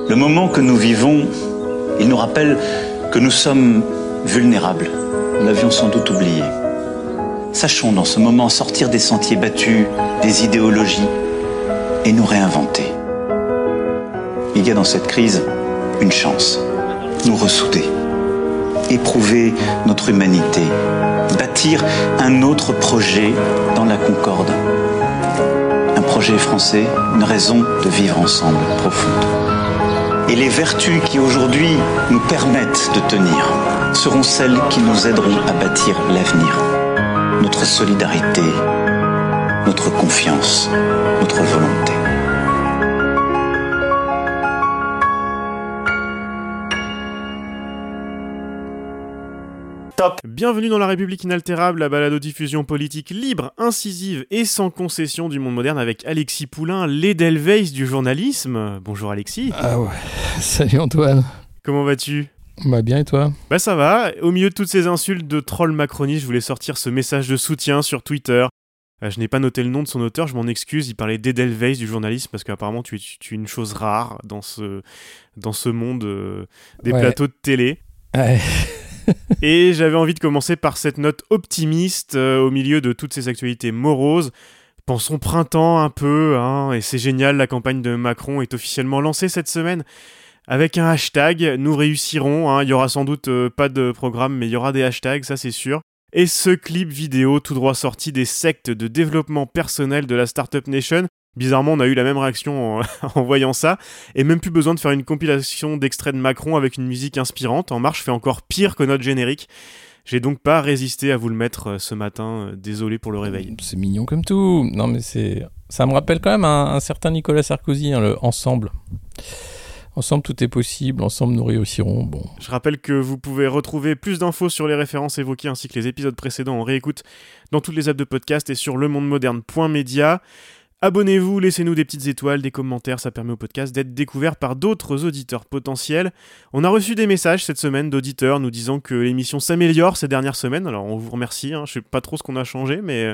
Le moment que nous vivons, il nous rappelle que nous sommes vulnérables. Nous l'avions sans doute oublié. Sachons dans ce moment sortir des sentiers battus, des idéologies, et nous réinventer. Il y a dans cette crise une chance, nous ressouder, éprouver notre humanité, bâtir un autre projet dans la concorde. Un projet français, une raison de vivre ensemble profonde. Et les vertus qui aujourd'hui nous permettent de tenir seront celles qui nous aideront à bâtir l'avenir. Notre solidarité, notre confiance, notre volonté. Top. Bienvenue dans La République inaltérable, la balado-diffusion politique libre, incisive et sans concession du monde moderne avec Alexis Poulain, l'Edelweiss du journalisme. Bonjour Alexis. Ah ouais, salut Antoine. Comment vas-tu ? Bah bien et toi ? Bah ça va, au milieu de toutes ces insultes de trolls macronistes, je voulais sortir ce message de soutien sur Twitter. Je n'ai pas noté le nom de son auteur, je m'en excuse, il parlait d'Edelweiss du journalisme parce qu'apparemment tu es une chose rare dans ce monde des plateaux de télé. Ouais. Et j'avais envie de commencer par cette note optimiste au milieu de toutes ces actualités moroses. Pensons printemps un peu, et c'est génial, la campagne de Macron est officiellement lancée cette semaine avec un hashtag, nous réussirons, il y aura sans doute pas de programme mais il y aura des hashtags, ça c'est sûr. Et ce clip vidéo tout droit sorti des sectes de développement personnel de la Startup Nation, bizarrement on a eu la même réaction en voyant ça, et même plus besoin de faire une compilation d'extraits de Macron avec une musique inspirante, En Marche fait encore pire que notre générique. J'ai donc pas résisté à vous le mettre ce matin, désolé pour le réveil. C'est mignon comme tout, non mais ça me rappelle quand même un certain Nicolas Sarkozy, le Ensemble. Ensemble, tout est possible. Ensemble, nous réussirons. Bon. Je rappelle que vous pouvez retrouver plus d'infos sur les références évoquées ainsi que les épisodes précédents en réécoute dans toutes les apps de podcast et sur lemondemoderne.media. Abonnez-vous, laissez-nous des petites étoiles, des commentaires, ça permet au podcast d'être découvert par d'autres auditeurs potentiels. On a reçu des messages cette semaine d'auditeurs nous disant que l'émission s'améliore ces dernières semaines, alors on vous remercie, je sais pas trop ce qu'on a changé, mais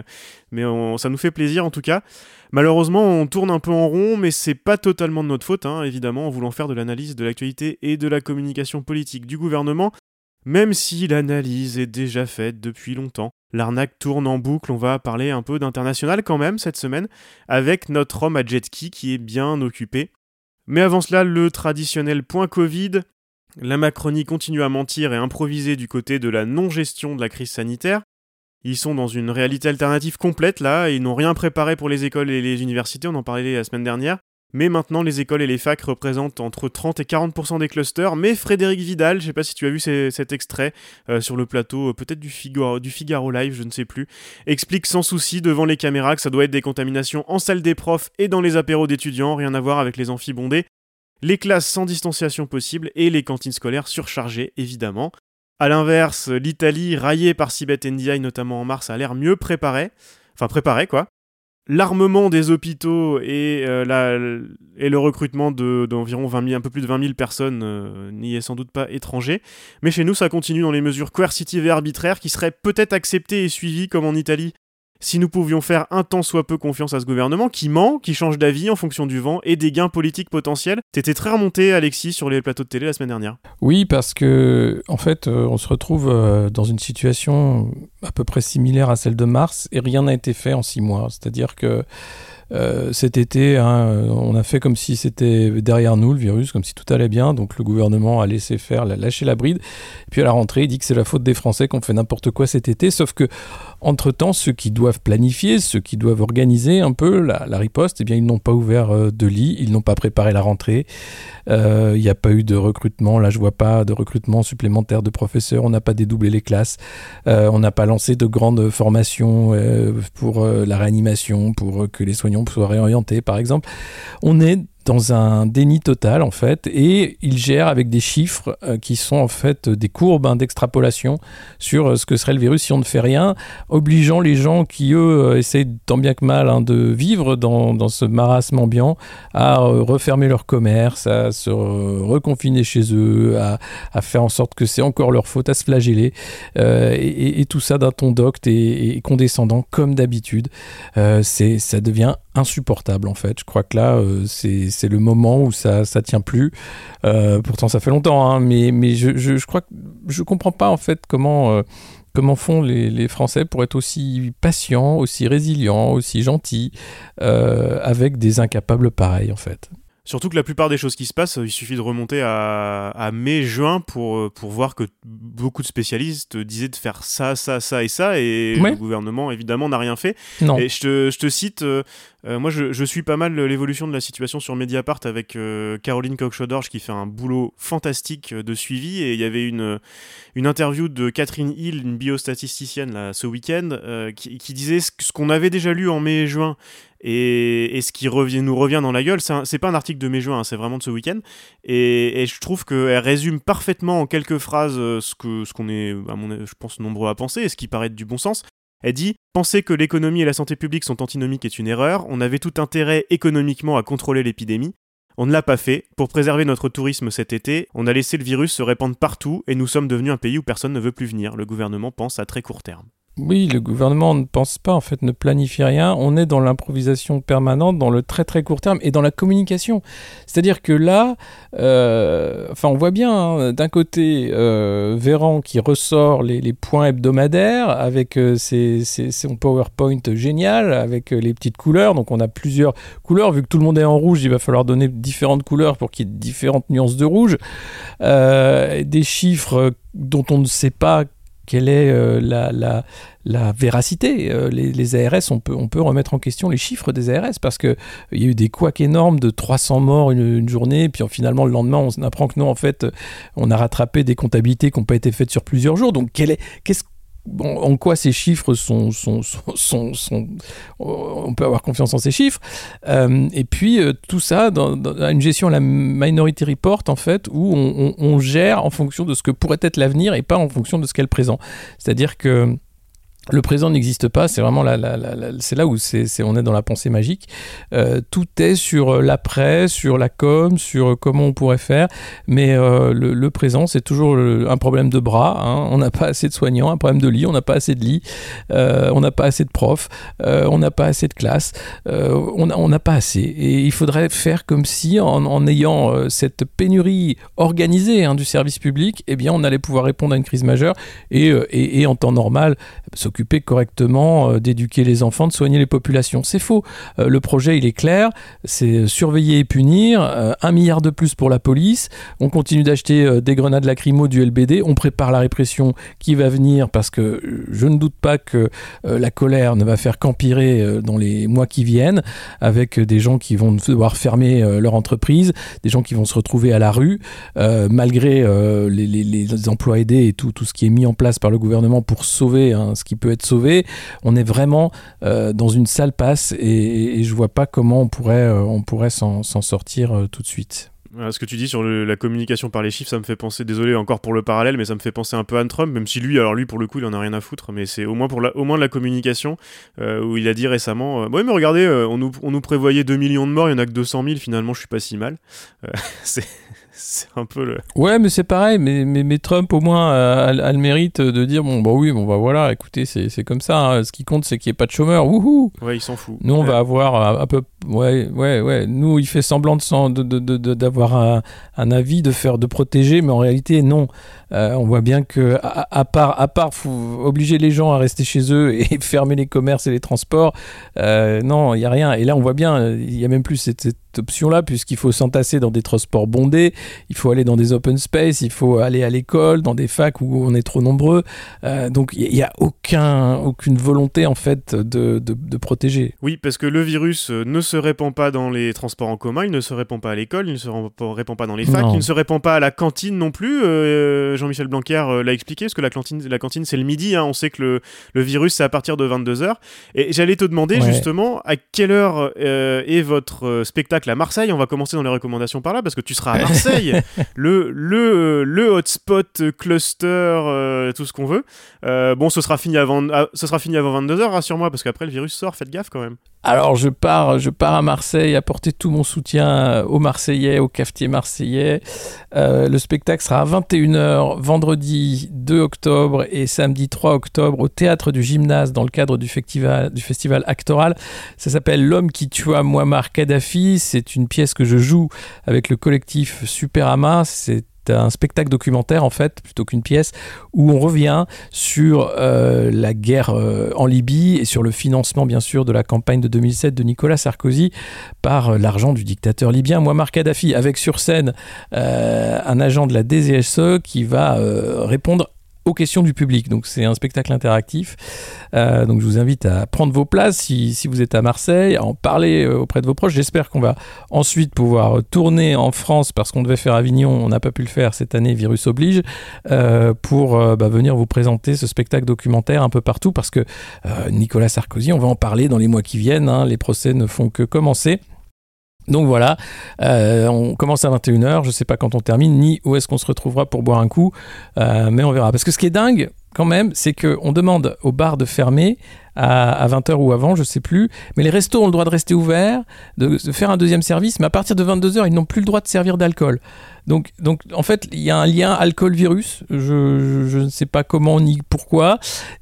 ça nous fait plaisir en tout cas. Malheureusement, on tourne un peu en rond, mais c'est pas totalement de notre faute, évidemment, en voulant faire de l'analyse de l'actualité et de la communication politique du gouvernement, même si l'analyse est déjà faite depuis longtemps. L'arnaque tourne en boucle, on va parler un peu d'international quand même cette semaine, avec notre homme à jet ski qui est bien occupé. Mais avant cela, le traditionnel point Covid. La Macronie continue à mentir et improviser du côté de la non-gestion de la crise sanitaire. Ils sont dans une réalité alternative complète là, ils n'ont rien préparé pour les écoles et les universités, on en parlait la semaine dernière. Mais maintenant, les écoles et les facs représentent entre 30 et 40% des clusters. Mais Frédéric Vidal, je ne sais pas si tu as vu cet extrait sur le plateau, peut-être du Figaro Live, je ne sais plus, explique sans souci devant les caméras que ça doit être des contaminations en salle des profs et dans les apéros d'étudiants, rien à voir avec les amphis bondés, les classes sans distanciation possible et les cantines scolaires surchargées, évidemment. A l'inverse, l'Italie, raillée par Sibeth Ndiaye, notamment en mars, a l'air mieux préparée. Enfin, préparée, quoi. L'armement des hôpitaux et le recrutement d'environ 20 000, un peu plus de 20 000 personnes n'y est sans doute pas étranger. Mais chez nous, ça continue dans les mesures coercitives et arbitraires qui seraient peut-être acceptées et suivies comme en Italie. Si nous pouvions faire un tant soit peu confiance à ce gouvernement qui ment, qui change d'avis en fonction du vent et des gains politiques potentiels. T'étais très remonté, Alexis, sur les plateaux de télé la semaine dernière. Oui, parce que, en fait, on se retrouve dans une situation à peu près similaire à celle de mars et rien n'a été fait en 6 mois. C'est-à-dire que cet été, on a fait comme si c'était derrière nous le virus, comme si tout allait bien, donc le gouvernement a laissé faire, lâché la bride, et puis à la rentrée il dit que c'est la faute des Français qu'on fait n'importe quoi cet été, sauf que entre-temps ceux qui doivent planifier, ceux qui doivent organiser un peu la riposte, eh bien ils n'ont pas ouvert de lit, ils n'ont pas préparé la rentrée, il n'y a pas eu de recrutement, là je vois pas de recrutement supplémentaire de professeurs, on n'a pas dédoublé les classes, on n'a pas lancé de grandes formations pour la réanimation, pour que les soignants soient réorientés par exemple. On est dans un déni total en fait et il gère avec des chiffres qui sont en fait des courbes d'extrapolation sur ce que serait le virus si on ne fait rien, obligeant les gens qui eux essayent tant bien que mal de vivre dans ce marasme ambiant à refermer leur commerce, à se reconfiner chez eux, à faire en sorte que c'est encore leur faute, à se flageller et tout ça d'un ton docte et condescendant comme d'habitude. Ça devient insupportable en fait. Je crois que là c'est c'est le moment où ça tient plus. Pourtant, ça fait longtemps, hein, mais je crois que je comprends pas en fait comment font les Français pour être aussi patients, aussi résilients, aussi gentils, avec des incapables pareils, en fait. Surtout que la plupart des choses qui se passent, il suffit de remonter à mai-juin pour voir que beaucoup de spécialistes disaient de faire ça, et Ouais. le gouvernement, évidemment, n'a rien fait. Non. Et je te cite, moi je suis pas mal l'évolution de la situation sur Mediapart avec Caroline Coq-Chaudorge qui fait un boulot fantastique de suivi, et il y avait une interview de Catherine Hill, une biostatisticienne, là, ce week-end, qui disait ce qu'on avait déjà lu en mai et juin, et ce qui nous revient dans la gueule. C'est pas un article de mai-juin, hein, c'est vraiment de ce week-end, et je trouve qu'elle résume parfaitement en quelques phrases ce qu'on est, je pense, nombreux à penser, et ce qui paraît être du bon sens. Elle dit « Penser que l'économie et la santé publique sont antinomiques est une erreur. On avait tout intérêt économiquement à contrôler l'épidémie. On ne l'a pas fait. Pour préserver notre tourisme cet été, on a laissé le virus se répandre partout et nous sommes devenus un pays où personne ne veut plus venir. Le gouvernement pense à très court terme. » Oui, le gouvernement ne pense pas, en fait, ne planifie rien. On est dans l'improvisation permanente, dans le très très court terme et dans la communication. C'est-à-dire que là, on voit bien, hein, d'un côté, Véran qui ressort les points hebdomadaires avec son PowerPoint génial, avec les petites couleurs. Donc on a plusieurs couleurs. Vu que tout le monde est en rouge, il va falloir donner différentes couleurs pour qu'il y ait différentes nuances de rouge. Des chiffres dont on ne sait pas quelle est la véracité. Les ARS, on peut remettre en question les chiffres des ARS, parce qu'il y a eu des couacs énormes de 300 morts une journée, puis finalement le lendemain on apprend que non, en fait on a rattrapé des comptabilités qui n'ont pas été faites sur plusieurs jours. Donc en quoi ces chiffres sont on peut avoir confiance en ces chiffres, et puis tout ça dans une gestion à la Minority Report, en fait, où on gère en fonction de ce que pourrait être l'avenir et pas en fonction de ce qu'est le présent. C'est-à-dire que le présent n'existe pas, c'est vraiment c'est là où on est dans la pensée magique. Tout est sur l'après, sur la com, sur comment on pourrait faire, mais le présent, c'est toujours un problème de bras, hein. On n'a pas assez de soignants, un problème de lit, on n'a pas assez de lits, on n'a pas assez de profs, on n'a pas assez de classes, on n'a pas assez. Et il faudrait faire comme si, en ayant cette pénurie organisée, hein, du service public, eh bien, on allait pouvoir répondre à une crise majeure et en temps normal, s'occuper correctement d'éduquer les enfants, de soigner les populations. C'est faux. Le projet, il est clair, c'est surveiller et punir, 1 milliard de plus pour la police, on continue d'acheter des grenades lacrymo du LBD, on prépare la répression qui va venir, parce que je ne doute pas que la colère ne va faire qu'empirer dans les mois qui viennent, avec des gens qui vont devoir fermer leur entreprise, des gens qui vont se retrouver à la rue, malgré les emplois aidés et tout ce qui est mis en place par le gouvernement pour sauver, hein, ce qui peut être sauvé. On est vraiment dans une sale passe, et je vois pas comment on pourrait s'en sortir tout de suite. Ce que tu dis sur la communication par les chiffres, ça me fait penser, désolé encore pour le parallèle, mais ça me fait penser un peu à Trump, même si lui pour le coup il en a rien à foutre, mais c'est au moins de la communication, où il a dit récemment ouais, mais regardez, on nous prévoyait 2 millions de morts, il y en a que 200 000, finalement je suis pas si mal. C'est un peu le... Ouais, mais c'est pareil, mais Trump au moins a le mérite de dire voilà, écoutez, c'est comme ça, hein. Ce qui compte, c'est qu'il n'y ait pas de chômeurs. Wouhou. Ouais, il s'en fout. Nous, on va avoir un peu... Ouais. Nous, il fait semblant d'avoir un avis, de protéger, mais en réalité, non. On voit bien que, à part obliger les gens à rester chez eux et fermer les commerces et les transports, non, il n'y a rien. Et là, on voit bien, il n'y a même plus cette option-là, puisqu'il faut s'entasser dans des transports bondés, il faut aller dans des open space, il faut aller à l'école, dans des facs où on est trop nombreux. Donc, il n'y a aucune volonté, en fait, de protéger. Oui, parce que le virus ne se répand pas dans les transports en commun, il ne se répand pas à l'école, il ne se répand pas dans les facs, il ne se répand pas à la cantine non plus. Jean-Michel Blanquer l'a expliqué, parce que la cantine c'est le midi, hein. On sait que le virus c'est à partir de 22h. Et j'allais te demander justement à quelle heure est votre spectacle à Marseille. On va commencer dans les recommandations par là, parce que tu seras à Marseille, le hotspot cluster, tout ce qu'on veut. Ce sera fini avant 22h, rassure-moi, parce qu'après le virus sort, faites gaffe quand même. Alors je pars à Marseille apporter tout mon soutien aux Marseillais, aux cafetiers marseillais. Le spectacle sera à 21h vendredi 2 octobre et samedi 3 octobre au Théâtre du Gymnase dans le cadre du festival Actoral. Ça s'appelle L'homme qui tua Muammar Kadhafi. C'est une pièce que je joue avec le collectif Superama. C'est un spectacle documentaire en fait plutôt qu'une pièce où on revient sur la guerre en Libye et sur le financement bien sûr de la campagne de 2007 de Nicolas Sarkozy par l'argent du dictateur libyen Muammar Kadhafi, avec sur scène un agent de la DGSE qui va répondre aux questions du public. Donc c'est un spectacle interactif. Donc je vous invite à prendre vos places si vous êtes à Marseille, à en parler auprès de vos proches. J'espère qu'on va ensuite pouvoir tourner en France, parce qu'on devait faire Avignon, on n'a pas pu le faire cette année, virus oblige, pour venir vous présenter ce spectacle documentaire un peu partout, parce que Nicolas Sarkozy, on va en parler dans les mois qui viennent, hein, les procès ne font que commencer. Donc voilà, on commence à 21h, je sais pas quand on termine, ni où est-ce qu'on se retrouvera pour boire un coup, mais on verra. Parce que ce qui est dingue, quand même, c'est qu'on demande aux bars de fermer à 20h ou avant, je sais plus, mais les restos ont le droit de rester ouverts, de faire un deuxième service, mais à partir de 22h, ils n'ont plus le droit de servir d'alcool. Donc en fait, il y a un lien alcool-virus, je ne sais pas comment ni pourquoi,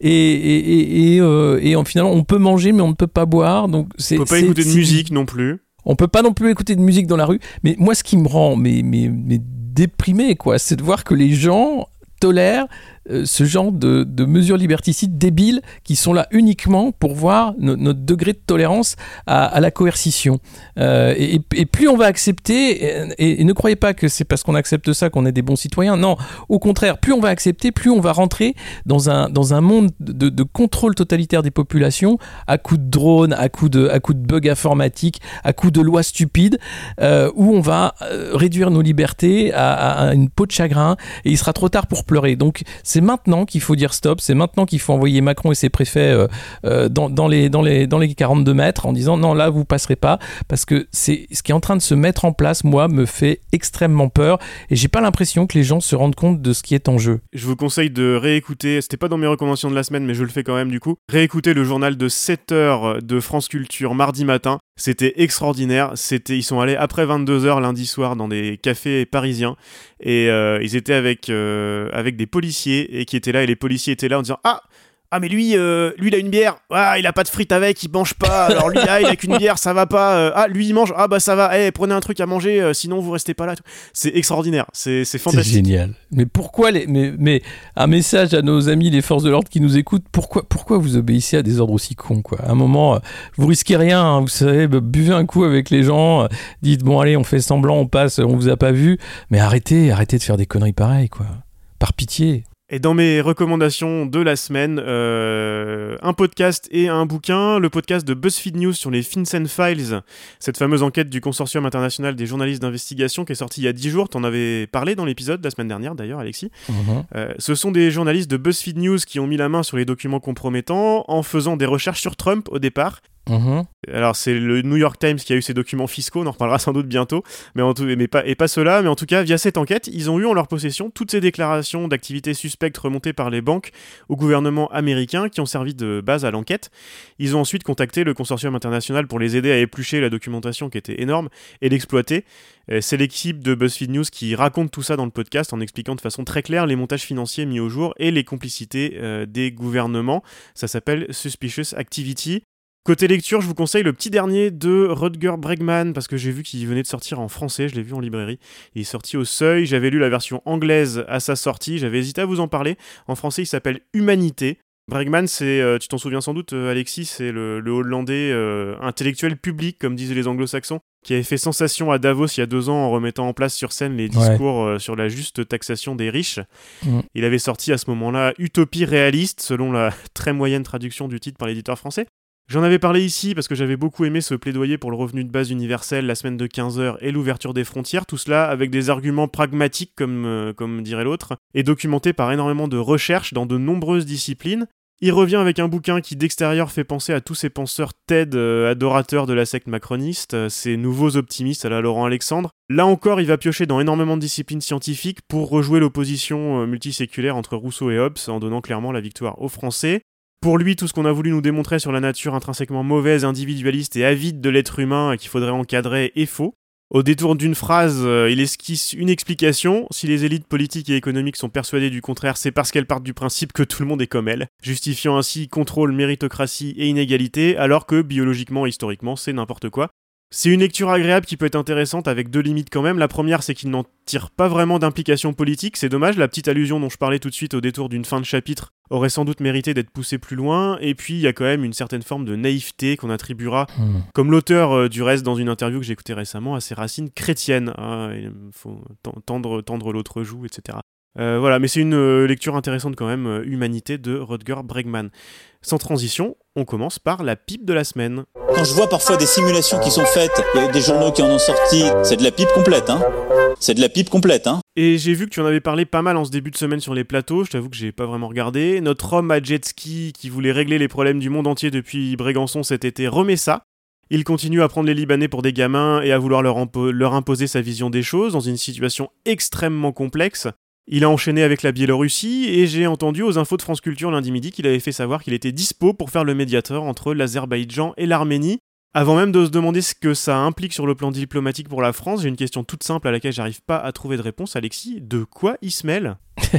et finalement, on peut manger, mais on ne peut pas boire. Donc on peut pas écouter de musique non plus. On peut pas non plus écouter de musique dans la rue. Mais moi, ce qui me rend mais déprimé, quoi, c'est de voir que les gens tolèrent ce genre de mesures liberticides débiles qui sont là uniquement pour voir notre degré de tolérance à la coercition. Et plus on va accepter, et ne croyez pas que c'est parce qu'on accepte ça qu'on est des bons citoyens, non, au contraire, plus on va accepter, plus on va rentrer dans un monde de contrôle totalitaire des populations, à coups de drones, à coups de bugs informatiques, à coups de lois stupides, où on va réduire nos libertés à une peau de chagrin, et il sera trop tard pour pleurer. Donc c'est maintenant qu'il faut dire stop, c'est maintenant qu'il faut envoyer Macron et ses préfets dans les 42 mètres en disant non, là vous passerez pas, parce que c'est ce qui est en train de se mettre en place, moi, me fait extrêmement peur, et j'ai pas l'impression que les gens se rendent compte de ce qui est en jeu. Je vous conseille de réécouter, c'était pas dans mes recommandations de la semaine, mais je le fais quand même du coup, réécouter le journal de 7h de France Culture mardi matin. C'était extraordinaire, ils sont allés après 22h lundi soir dans des cafés parisiens, et ils étaient avec des policiers, et qui étaient là, et les policiers étaient là en disant ah mais lui il a une bière, il a pas de frites avec, il mange pas, alors lui il a qu'une bière, ça va pas, lui il mange, bah ça va, prenez un truc à manger, sinon vous restez pas là. C'est extraordinaire, c'est fantastique. C'est génial. Mais pourquoi mais un message à nos amis les forces de l'ordre qui nous écoutent, pourquoi vous obéissez à des ordres aussi cons, quoi. À un moment, vous risquez rien, hein, vous savez, buvez un coup avec les gens, dites bon allez, on fait semblant, on passe, on vous a pas vu, mais arrêtez de faire des conneries pareilles, quoi. Par pitié. Et dans mes recommandations de la semaine, un podcast et un bouquin. Le podcast de BuzzFeed News sur les FinCEN Files, cette fameuse enquête du Consortium international des journalistes d'investigation qui est sortie il y a 10 jours. T'en avais parlé dans l'épisode de la semaine dernière d'ailleurs, Alexis. Ce sont des journalistes de BuzzFeed News qui ont mis la main sur les documents compromettants en faisant des recherches sur Trump au départ. Alors c'est le New York Times qui a eu ces documents fiscaux, on en reparlera sans doute bientôt, mais pas ceux-là, mais en tout cas via cette enquête, ils ont eu en leur possession toutes ces déclarations d'activités suspectes remontées par les banques au gouvernement américain qui ont servi de base à l'enquête. Ils ont ensuite contacté le consortium international pour les aider à éplucher la documentation qui était énorme et l'exploiter. C'est l'équipe de BuzzFeed News qui raconte tout ça dans le podcast en expliquant de façon très claire les montages financiers mis au jour et les complicités des gouvernements. Ça s'appelle Suspicious Activity. Côté lecture, je vous conseille le petit dernier de Rutger Bregman, parce que j'ai vu qu'il venait de sortir en français, je l'ai vu en librairie. Il est sorti au Seuil, j'avais lu la version anglaise à sa sortie, j'avais hésité à vous en parler. En français, il s'appelle Humanité. Bregman, tu t'en souviens sans doute, Alexis, c'est le Hollandais intellectuel public, comme disaient les anglo-saxons, qui avait fait sensation à Davos il y a 2 ans en remettant en place sur scène les discours sur la juste taxation des riches. Il avait sorti à ce moment-là Utopie réaliste, selon la très moyenne traduction du titre par l'éditeur français. J'en avais parlé ici parce que j'avais beaucoup aimé ce plaidoyer pour le revenu de base universel, la semaine de 15 heures et l'ouverture des frontières, tout cela avec des arguments pragmatiques comme dirait l'autre, et documenté par énormément de recherches dans de nombreuses disciplines. Il revient avec un bouquin qui d'extérieur fait penser à tous ces penseurs TED adorateurs de la secte macroniste, ces nouveaux optimistes à la Laurent Alexandre. Là encore, il va piocher dans énormément de disciplines scientifiques pour rejouer l'opposition multiséculaire entre Rousseau et Hobbes en donnant clairement la victoire aux Français. Pour lui, tout ce qu'on a voulu nous démontrer sur la nature intrinsèquement mauvaise, individualiste et avide de l'être humain et qu'il faudrait encadrer est faux. Au détour d'une phrase, il esquisse une explication. Si les élites politiques et économiques sont persuadées du contraire, c'est parce qu'elles partent du principe que tout le monde est comme elles, justifiant ainsi contrôle, méritocratie et inégalité, alors que biologiquement et historiquement, c'est n'importe quoi. C'est une lecture agréable qui peut être intéressante avec deux limites quand même. La première, c'est qu'il n'en tire pas vraiment d'implication politique, c'est dommage. La petite allusion dont je parlais tout de suite au détour d'une fin de chapitre aurait sans doute mérité d'être poussée plus loin. Et puis, il y a quand même une certaine forme de naïveté qu'on attribuera, comme l'auteur du reste dans une interview que j'ai écoutée récemment, à ses racines chrétiennes. Il faut tendre l'autre joue, etc. Voilà, mais c'est une lecture intéressante quand même, Humanité de Rutger Bregman. Sans transition, on commence par la pipe de la semaine. Quand je vois parfois des simulations qui sont faites, il y a des journaux qui en ont sorti, c'est de la pipe complète, hein. C'est de la pipe complète, hein. Et j'ai vu que tu en avais parlé pas mal en ce début de semaine sur les plateaux, je t'avoue que j'ai pas vraiment regardé. Notre homme à jet ski qui voulait régler les problèmes du monde entier depuis Brégançon cet été remet ça. Il continue à prendre les Libanais pour des gamins et à vouloir leur imposer sa vision des choses dans une situation extrêmement complexe. Il a enchaîné avec la Biélorussie et j'ai entendu aux infos de France Culture lundi midi qu'il avait fait savoir qu'il était dispo pour faire le médiateur entre l'Azerbaïdjan et l'Arménie. Avant même de se demander ce que ça implique sur le plan diplomatique pour la France, j'ai une question toute simple à laquelle j'arrive pas à trouver de réponse. Alexis, de quoi il se mêle ?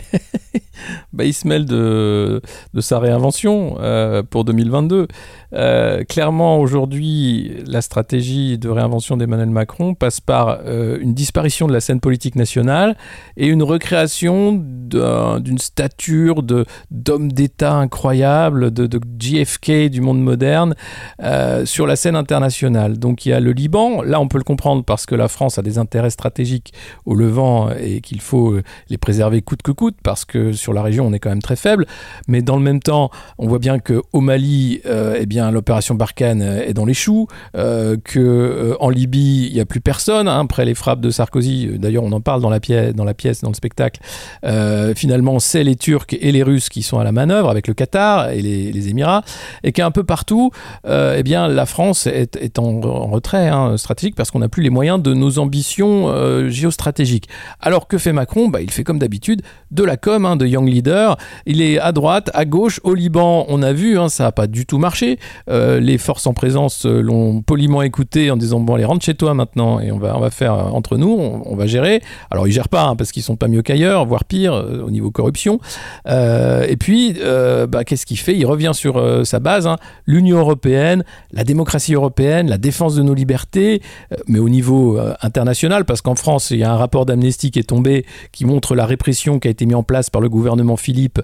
Il se mêle de sa réinvention pour 2022. Clairement, aujourd'hui, la stratégie de réinvention d'Emmanuel Macron passe par une disparition de la scène politique nationale et une recréation d'une stature d'homme d'État incroyable, de JFK du monde moderne sur la scène internationale. Donc il y a le Liban, là on peut le comprendre parce que la France a des intérêts stratégiques au Levant et qu'il faut les préserver coûte que coûte, parce que sur la région on est quand même très faible, mais dans le même temps on voit bien qu'au Mali l'opération Barkhane est dans les choux, qu'en Libye il n'y a plus personne, après les frappes de Sarkozy, d'ailleurs on en parle dans la pièce, dans le spectacle, finalement c'est les Turcs et les Russes qui sont à la manœuvre avec le Qatar et les Émirats, et qu'un peu partout la France est en retrait stratégique parce qu'on n'a plus les moyens de nos ambitions géostratégiques. Alors que fait Macron ? Il fait comme d'habitude de la com, de young leader. Il est à droite, à gauche. Au Liban, on a vu, ça n'a pas du tout marché. Les forces en présence l'ont poliment écouté en disant bon, allez, rentre chez toi maintenant et on va faire entre nous, on va gérer. Alors ils gèrent pas parce qu'ils sont pas mieux qu'ailleurs, voire pire au niveau corruption. Et puis qu'est-ce qu'il fait ? Il revient sur sa base, l'Union européenne, la démocratie européenne, la défense de nos libertés, mais au niveau international, parce qu'en France il y a un rapport d'Amnesty qui est tombé qui montre la répression qui a été mise en place par le gouvernement Philippe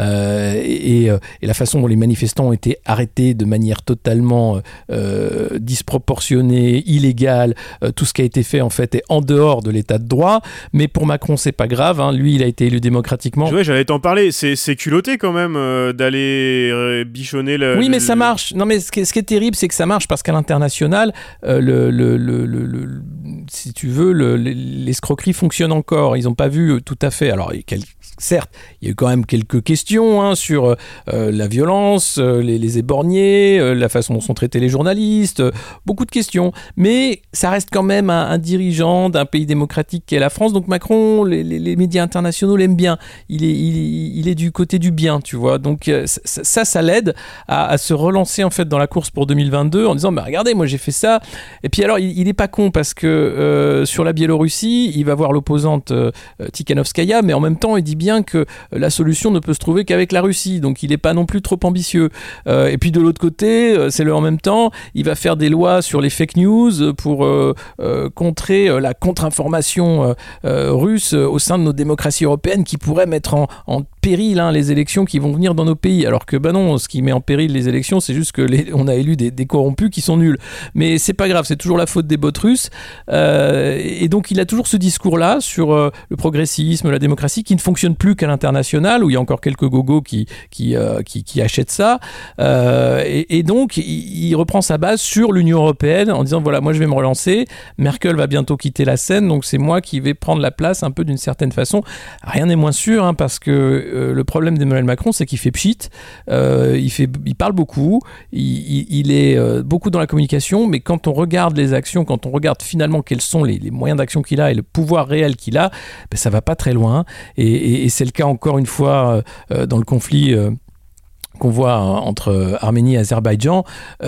et la façon dont les manifestants ont été arrêtés de manière totalement disproportionnée, illégale. Tout ce qui a été fait en fait est en dehors de l'état de droit, mais pour Macron c'est pas grave, lui il a été élu démocratiquement. Ouais, j'allais t'en parler, c'est culotté quand même d'aller bichonner le... Oui, mais ça marche. Non, mais ce qui est terrible, c'est que ça marche parce qu'à l'international, si tu veux, l'escroquerie fonctionne encore. Ils n'ont pas vu tout à fait. Alors, certes, il y a eu quand même quelques questions sur la violence, les éborgnés, la façon dont sont traités les journalistes, beaucoup de questions. Mais ça reste quand même un dirigeant d'un pays démocratique qu'est la France. Donc Macron, les médias internationaux l'aiment bien. Il est du côté du bien, tu vois. Donc ça l'aide à se relancer en fait dans la course pour 2022 en disant regardez, moi j'ai fait ça. Et puis alors il est pas con parce que sur la Biélorussie, il va voir l'opposante Tikhanovskaya, mais en même temps il dit bien que la solution ne peut se trouver qu'avec la Russie, donc il n'est pas non plus trop ambitieux. Et puis de l'autre côté, en même temps, il va faire des lois sur les fake news pour contrer la contre-information russe au sein de nos démocraties européennes qui pourrait mettre en péril les élections qui vont venir dans nos pays. Alors que non, ce qui met en péril les élections, c'est juste que on a élu des corrompus qui sont nuls. Mais c'est pas grave, c'est toujours la faute des bots russes. Et donc il a toujours ce discours-là sur le progressisme, la démocratie, qui ne fonctionne plus qu'à l'international, où il y a encore quelques gogos qui achètent ça. Et donc il reprend sa base sur l'Union européenne en disant voilà, moi je vais me relancer, Merkel va bientôt quitter la scène, donc c'est moi qui vais prendre la place un peu d'une certaine façon. Rien n'est moins sûr, parce que le problème d'Emmanuel Macron, c'est qu'il fait pchit, il parle beaucoup, il est beaucoup dans la communication, mais quand on regarde les actions, quand on regarde finalement quels sont les moyens d'action qu'il a et le pouvoir réel qu'il a, ça va pas très loin. Et c'est le cas encore une fois dans le conflit qu'on voit entre Arménie et Azerbaïdjan,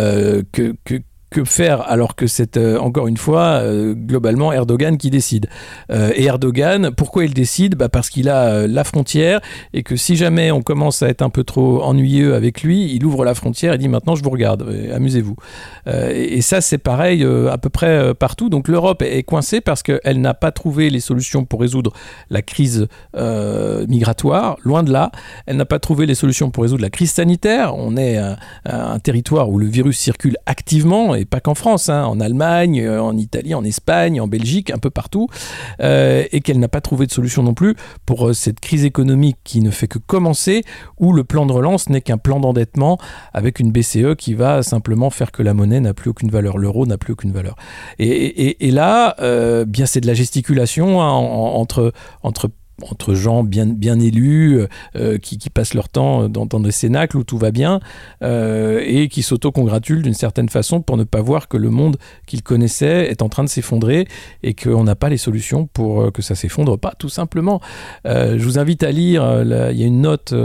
que faire alors que c'est encore une fois globalement Erdogan qui décide. Et Erdogan, pourquoi il décide ? Parce qu'il a la frontière et que si jamais on commence à être un peu trop ennuyeux avec lui, il ouvre la frontière et dit maintenant je vous regarde, amusez-vous. Et ça c'est pareil à peu près partout. Donc l'Europe est coincée parce qu'elle n'a pas trouvé les solutions pour résoudre la crise migratoire, loin de là. Elle n'a pas trouvé les solutions pour résoudre la crise sanitaire. On est un territoire où le virus circule activement, et pas qu'en France, en Allemagne, en Italie, en Espagne, en Belgique, un peu partout, et qu'elle n'a pas trouvé de solution non plus pour cette crise économique qui ne fait que commencer, où le plan de relance n'est qu'un plan d'endettement avec une BCE qui va simplement faire que la monnaie n'a plus aucune valeur, l'euro n'a plus aucune valeur. Et là, bien c'est de la gesticulation entre gens bien élus qui passent leur temps dans des cénacles où tout va bien et qui s'auto-congratulent d'une certaine façon pour ne pas voir que le monde qu'ils connaissaient est en train de s'effondrer et qu'on n'a pas les solutions pour que ça s'effondre pas, tout simplement. Je vous invite à lire, il y a une note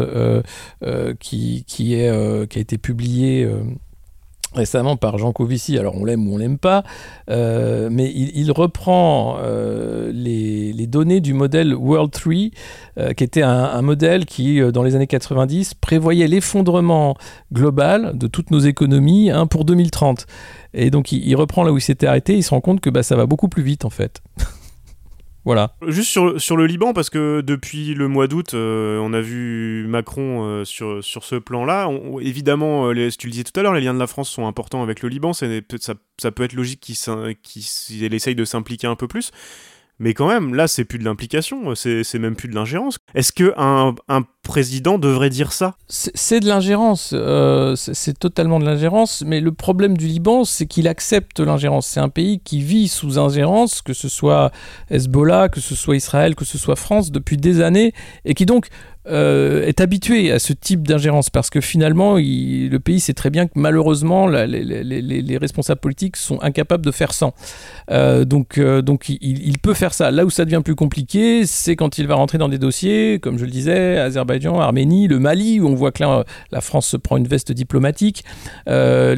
qui a été publiée récemment par Jean Covici, alors on l'aime ou on l'aime pas, mais il reprend les données du modèle World 3, qui était un modèle qui, dans les années 90, prévoyait l'effondrement global de toutes nos économies pour 2030. Et donc il reprend là où il s'était arrêté, il se rend compte que ça va beaucoup plus vite en fait. Voilà. Juste sur le Liban, parce que depuis le mois d'août, on a vu Macron sur ce plan-là. Évidemment, tu le disais tout à l'heure, les liens de la France sont importants avec le Liban. Ça peut être logique qu'il essaye de s'impliquer un peu plus. Mais quand même, là, c'est plus de l'implication, c'est même plus de l'ingérence. Est-ce qu'un président devrait dire ça ? C'est de l'ingérence, c'est totalement de l'ingérence, mais le problème du Liban, c'est qu'il accepte l'ingérence. C'est un pays qui vit sous ingérence, que ce soit Hezbollah, que ce soit Israël, que ce soit France, depuis des années, et qui donc est habitué à ce type d'ingérence, parce que finalement, le pays sait très bien que malheureusement, les responsables politiques sont incapables de faire sans. Donc il peut faire ça. Là où ça devient plus compliqué, c'est quand il va rentrer dans des dossiers, comme je le disais, Azerbaïdjan, Arménie, le Mali, où on voit que là, la France se prend une veste diplomatique, la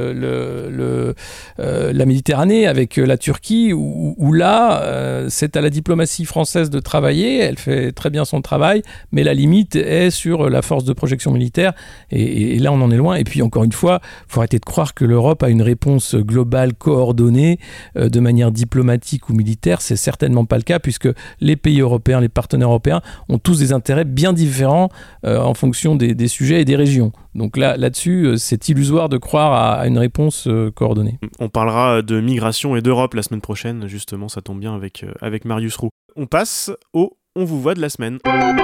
Méditerranée avec la Turquie, où là, c'est à la diplomatie française de travailler, elle fait très bien son travail, mais la limite est sur la force de projection militaire, et là on en est loin. Et puis encore une fois, il faut arrêter de croire que l'Europe a une réponse globale coordonnée de manière diplomatique ou militaire. C'est certainement pas le cas, puisque les pays européens, les partenaires européens ont tous des intérêts bien différents en fonction des sujets et des régions. Donc là-dessus, c'est illusoire de croire à une réponse coordonnée. On parlera de migration et d'Europe la semaine prochaine, justement, ça tombe bien avec Marius Roux. On passe au On vous voit de la semaine.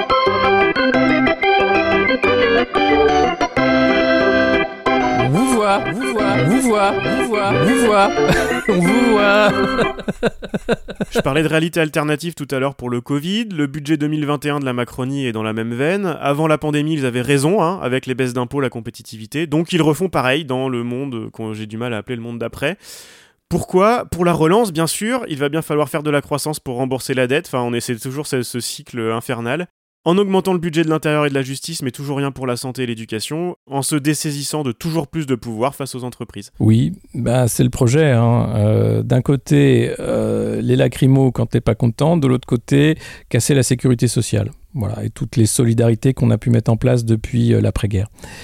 On vous voit. Je parlais de réalité alternative tout à l'heure pour le Covid. Le budget 2021 de la Macronie est dans la même veine. Avant la pandémie, ils avaient raison, avec les baisses d'impôts, la compétitivité. Donc ils refont pareil dans le monde que j'ai du mal à appeler le monde d'après. Pourquoi ? Pour la relance, bien sûr. Il va bien falloir faire de la croissance pour rembourser la dette. Enfin, on essaie toujours ce cycle infernal. En augmentant le budget de l'intérieur et de la justice, mais toujours rien pour la santé et l'éducation, en se dessaisissant de toujours plus de pouvoir face aux entreprises. Oui, c'est le projet. D'un côté, les lacrymos quand t'es pas content, de l'autre côté, casser la sécurité sociale. Voilà, et toutes les solidarités qu'on a pu mettre en place depuis l'après-guerre.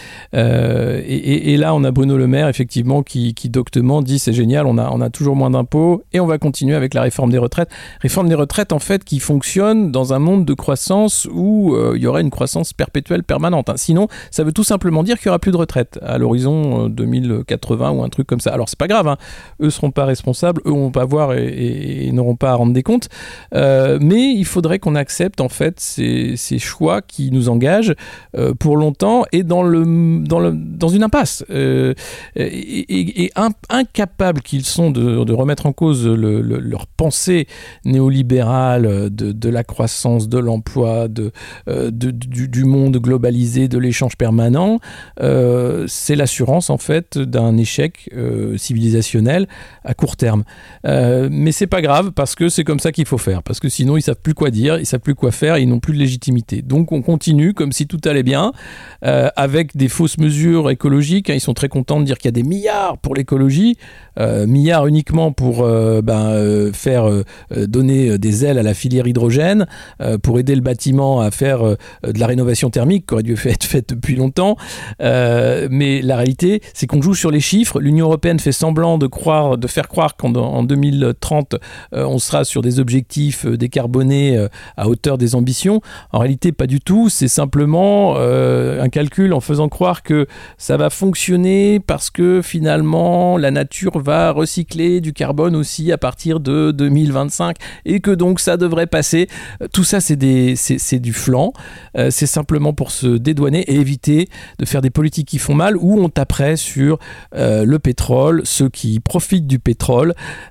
Et là, on a Bruno Le Maire, effectivement, qui doctement dit c'est génial, on a toujours moins d'impôts et on va continuer avec la réforme des retraites. Réforme des retraites, en fait, qui fonctionne dans un monde de croissance où il y aurait une croissance perpétuelle permanente. Sinon, ça veut tout simplement dire qu'il n'y aura plus de retraite à l'horizon 2080 ou un truc comme ça. Alors, c'est pas grave, eux seront pas responsables, eux vont pas voir et n'auront pas à rendre des comptes. Mais il faudrait qu'on accepte, en fait, ces choix qui nous engagent pour longtemps et dans une impasse. Et incapables qu'ils sont de remettre en cause leur pensée néolibérale de la croissance, de l'emploi, du monde globalisé, de l'échange permanent, c'est l'assurance en fait d'un échec civilisationnel à court terme. Mais c'est pas grave parce que c'est comme ça qu'il faut faire. Parce que sinon ils savent plus quoi dire, ils savent plus quoi faire, ils n'ont plus de légitimité. Donc on continue comme si tout allait bien, avec des fausses mesures écologiques. Ils sont très contents de dire qu'il y a des milliards pour l'écologie, milliards uniquement pour faire donner des ailes à la filière hydrogène, pour aider le bâtiment à faire de la rénovation thermique qui aurait dû être faite depuis longtemps. Mais la réalité, c'est qu'on joue sur les chiffres. L'Union européenne fait semblant de faire croire qu'en 2030, on sera sur des objectifs décarbonés à hauteur des ambitions. En réalité, pas du tout. C'est simplement un calcul en faisant croire que ça va fonctionner parce que finalement, la nature va recycler du carbone aussi à partir de 2025 et que donc ça devrait passer. Tout ça, c'est du flan. C'est simplement pour se dédouaner et éviter de faire des politiques qui font mal où on taperait sur le pétrole, ceux qui profitent du pétrole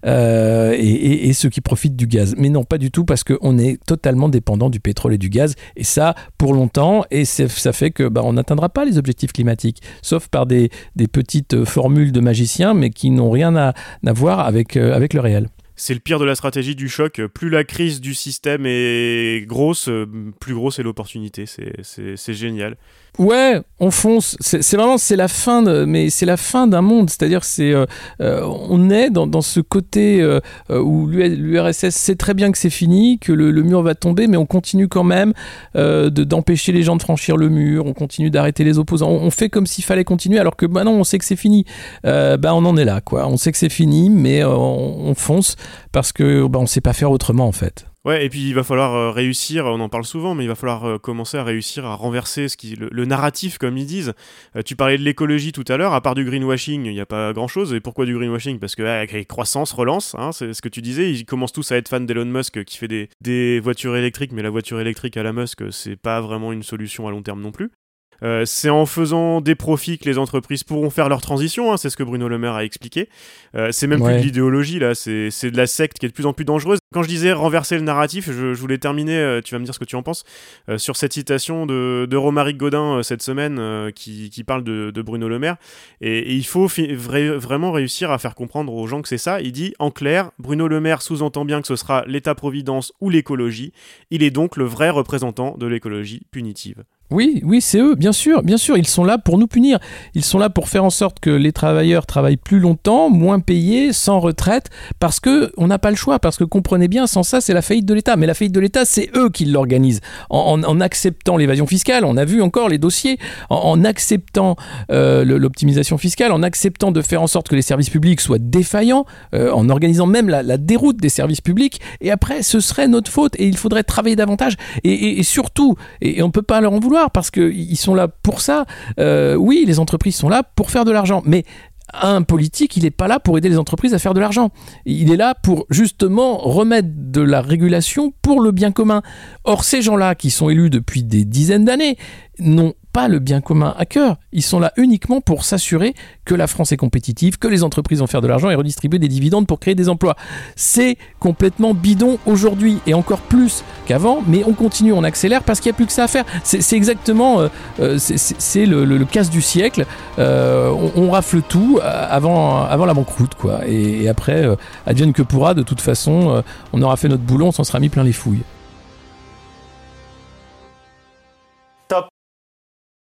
et ceux qui profitent du gaz. Mais non, pas du tout, parce qu'on est totalement dépendant du pétrole et du gaz, et ça pour longtemps, et ça fait que on n'atteindra pas les objectifs climatiques, sauf par des petites formules de magiciens, mais qui n'ont rien à voir avec le réel. C'est le pire de la stratégie du choc. Plus la crise du système est grosse, plus grosse est l'opportunité. C'est génial. Ouais, on fonce. C'est la fin mais c'est la fin d'un monde. C'est-à-dire, on est dans ce côté où l'URSS sait très bien que c'est fini, que le mur va tomber, mais on continue quand même d'empêcher les gens de franchir le mur. On continue d'arrêter les opposants. On fait comme s'il fallait continuer, alors que non, on sait que c'est fini. On en est là, quoi. On sait que c'est fini, mais on fonce parce que on sait pas faire autrement, en fait. Ouais, et puis il va falloir réussir, on en parle souvent, mais il va falloir commencer à réussir à renverser le narratif, comme ils disent. Tu parlais de l'écologie tout à l'heure, à part du greenwashing, il n'y a pas grand-chose. Et pourquoi du greenwashing ? Parce que avec croissance, relance, c'est ce que tu disais, ils commencent tous à être fans d'Elon Musk qui fait des voitures électriques, mais la voiture électrique à la Musk, c'est pas vraiment une solution à long terme non plus. C'est en faisant des profits que les entreprises pourront faire leur transition, c'est ce que Bruno Le Maire a expliqué. C'est même plus de l'idéologie, là, c'est de la secte qui est de plus en plus dangereuse. Quand je disais renverser le narratif, je voulais terminer, tu vas me dire ce que tu en penses, sur cette citation de Romaric Gaudin cette semaine qui parle de Bruno Le Maire. Et il faut vraiment réussir à faire comprendre aux gens que c'est ça. Il dit, en clair, Bruno Le Maire sous-entend bien que ce sera l'État-providence ou l'écologie. Il est donc le vrai représentant de l'écologie punitive. Oui, c'est eux, bien sûr, ils sont là pour nous punir. Ils sont là pour faire en sorte que les travailleurs travaillent plus longtemps, moins payés, sans retraite, parce qu'on n'a pas le choix, parce que comprenez bien, sans ça, c'est la faillite de l'État. Mais la faillite de l'État, c'est eux qui l'organisent. En acceptant l'évasion fiscale, on a vu encore les dossiers, en acceptant l'optimisation fiscale, en acceptant de faire en sorte que les services publics soient défaillants, en organisant même la déroute des services publics, et après, ce serait notre faute, et il faudrait travailler davantage, et surtout, et on ne peut pas leur en vouloir, parce qu'ils sont là pour ça. Oui, les entreprises sont là pour faire de l'argent, mais un politique, il n'est pas là pour aider les entreprises à faire de l'argent. Il est là pour justement remettre de la régulation pour le bien commun. Or, ces gens-là qui sont élus depuis des dizaines d'années n'ont pas le bien commun à cœur. Ils sont là uniquement pour s'assurer que la France est compétitive, que les entreprises vont faire de l'argent et redistribuer des dividendes pour créer des emplois. C'est complètement bidon aujourd'hui et encore plus qu'avant, mais on continue, on accélère parce qu'il n'y a plus que ça à faire. C'est exactement c'est le casse du siècle. On rafle tout avant la banqueroute, quoi. Et après, advienne que pourra, de toute façon, on aura fait notre boulot, on s'en sera mis plein les fouilles.